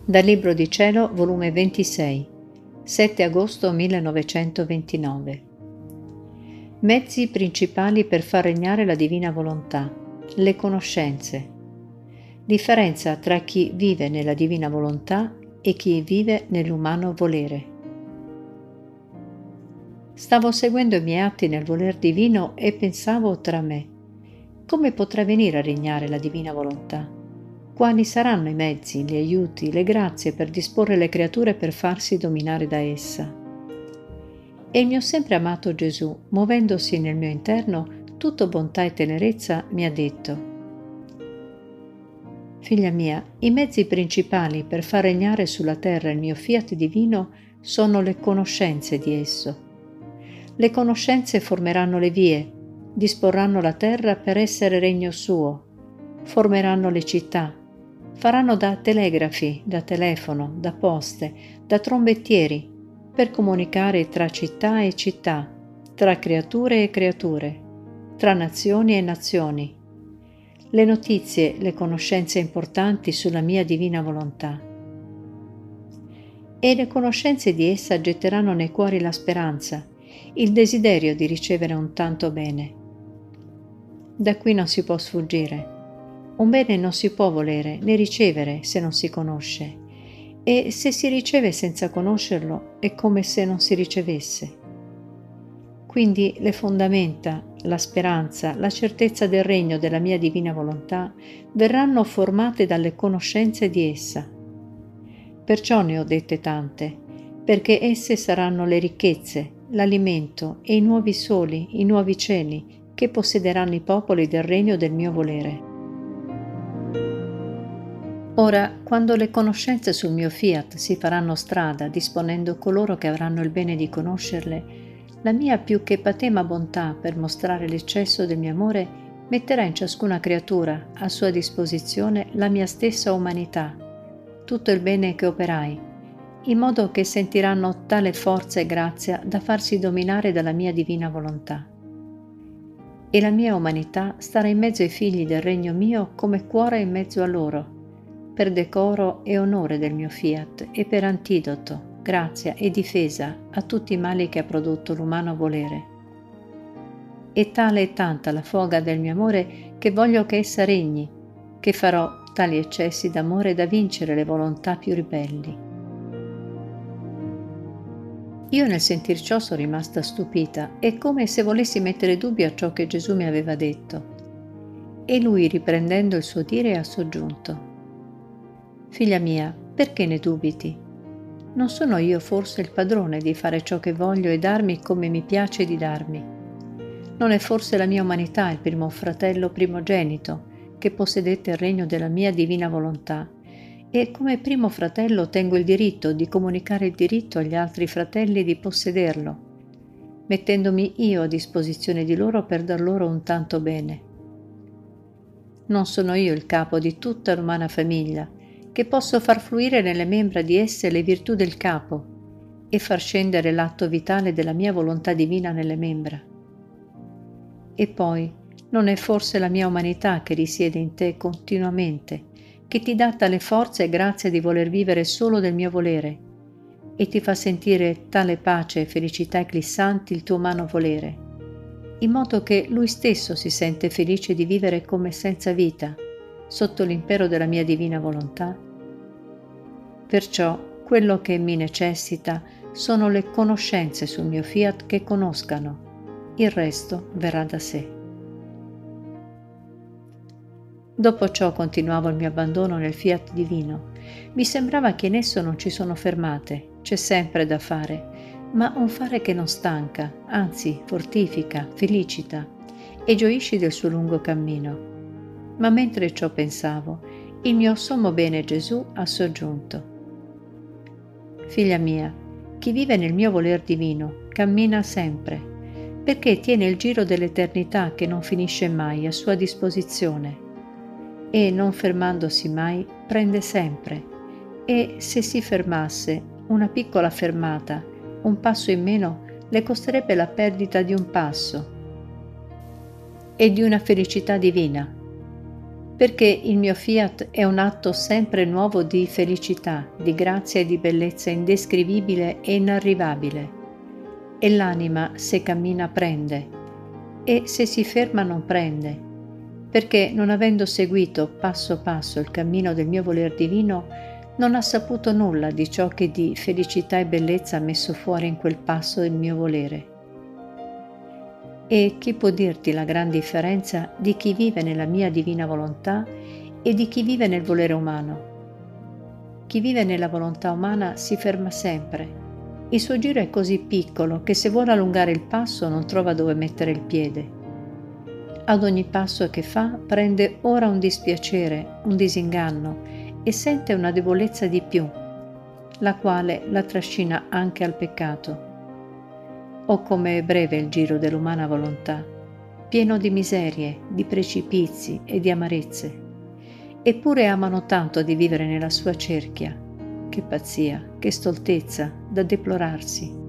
Dal Libro di Cielo, volume 26, 7 agosto 1929. Mezzi principali per far regnare la divina volontà, le conoscenze. Differenza tra chi vive nella divina volontà e chi vive nell'umano volere. Stavo seguendo i miei atti nel voler divino e pensavo tra me: come potrà venire a regnare la divina volontà? Quali saranno i mezzi, gli aiuti, le grazie per disporre le creature per farsi dominare da essa? E il mio sempre amato Gesù, muovendosi nel mio interno, tutto bontà e tenerezza, mi ha detto: figlia mia, i mezzi principali per far regnare sulla terra il mio fiat divino sono le conoscenze di esso. Le conoscenze formeranno le vie, disporranno la terra per essere regno suo, formeranno le città, faranno da telegrafi, da telefono, da poste, da trombettieri, per comunicare tra città e città, tra creature e creature, tra nazioni e nazioni. Le notizie, le conoscenze importanti sulla mia divina volontà. E le conoscenze di essa getteranno nei cuori la speranza, il desiderio di ricevere un tanto bene. Da qui non si può sfuggire. Un bene non si può volere né ricevere se non si conosce, e se si riceve senza conoscerlo è come se non si ricevesse. Quindi le fondamenta, la speranza, la certezza del regno della mia divina volontà verranno formate dalle conoscenze di essa. Perciò ne ho dette tante, perché esse saranno le ricchezze, l'alimento e i nuovi soli, i nuovi cieli che possederanno i popoli del regno del mio volere. Ora, quando le conoscenze sul mio fiat si faranno strada, disponendo coloro che avranno il bene di conoscerle, la mia più che patema bontà per mostrare l'eccesso del mio amore metterà in ciascuna creatura a sua disposizione la mia stessa umanità, tutto il bene che operai, in modo che sentiranno tale forza e grazia da farsi dominare dalla mia divina volontà. E la mia umanità starà in mezzo ai figli del regno mio come cuore in mezzo a loro, per decoro e onore del mio fiat e per antidoto, grazia e difesa a tutti i mali che ha prodotto l'umano volere. E tale è tanta la foga del mio amore che voglio che essa regni, che farò tali eccessi d'amore da vincere le volontà più ribelli. Io nel sentir ciò sono rimasta stupita, è come se volessi mettere dubbio a ciò che Gesù mi aveva detto. E lui, riprendendo il suo dire, ha soggiunto: figlia mia, perché ne dubiti? Non sono io forse il padrone di fare ciò che voglio e darmi come mi piace di darmi? Non è forse la mia umanità il primo fratello primogenito che possedette il regno della mia divina volontà, e come primo fratello tengo il diritto di comunicare il diritto agli altri fratelli di possederlo, mettendomi io a disposizione di loro per dar loro un tanto bene. Non sono io il capo di tutta l'umana famiglia, che posso far fluire nelle membra di esse le virtù del capo e far scendere l'atto vitale della mia volontà divina nelle membra. E poi, non è forse la mia umanità che risiede in te continuamente, che ti dà tale forza e grazia di voler vivere solo del mio volere, e ti fa sentire tale pace e felicità eclissanti il tuo umano volere, in modo che lui stesso si sente felice di vivere come senza vita, sotto l'impero della mia divina volontà? Perciò quello che mi necessita sono le conoscenze sul mio fiat che conoscano, il resto verrà da sé. Dopo ciò continuavo il mio abbandono nel fiat divino. Mi sembrava che in esso non ci sono fermate, c'è sempre da fare, ma un fare che non stanca, anzi fortifica, felicita e gioisci del suo lungo cammino. Ma mentre ciò pensavo, il mio sommo bene Gesù ha soggiunto: figlia mia, chi vive nel mio voler divino cammina sempre, perché tiene il giro dell'eternità che non finisce mai a sua disposizione, e non fermandosi mai prende sempre, e se si fermasse, una piccola fermata, un passo in meno, le costerebbe la perdita di un passo e di una felicità divina. perché il mio fiat è un atto sempre nuovo di felicità, di grazia e di bellezza indescrivibile e inarrivabile. E l'anima, se cammina, prende, e se si ferma non prende, perché non avendo seguito passo passo il cammino del mio voler divino, non ha saputo nulla di ciò che di felicità e bellezza ha messo fuori in quel passo del mio volere. E chi può dirti la gran differenza di chi vive nella mia divina volontà e di chi vive nel volere umano? Chi vive nella volontà umana si ferma sempre. Il suo giro è così piccolo che se vuole allungare il passo non trova dove mettere il piede. Ad ogni passo che fa prende ora un dispiacere, un disinganno e sente una debolezza di più, la quale la trascina anche al peccato. Oh, come è breve il giro dell'umana volontà, pieno di miserie, di precipizi e di amarezze. Eppure amano tanto di vivere nella sua cerchia. Che pazzia, che stoltezza, da deplorarsi.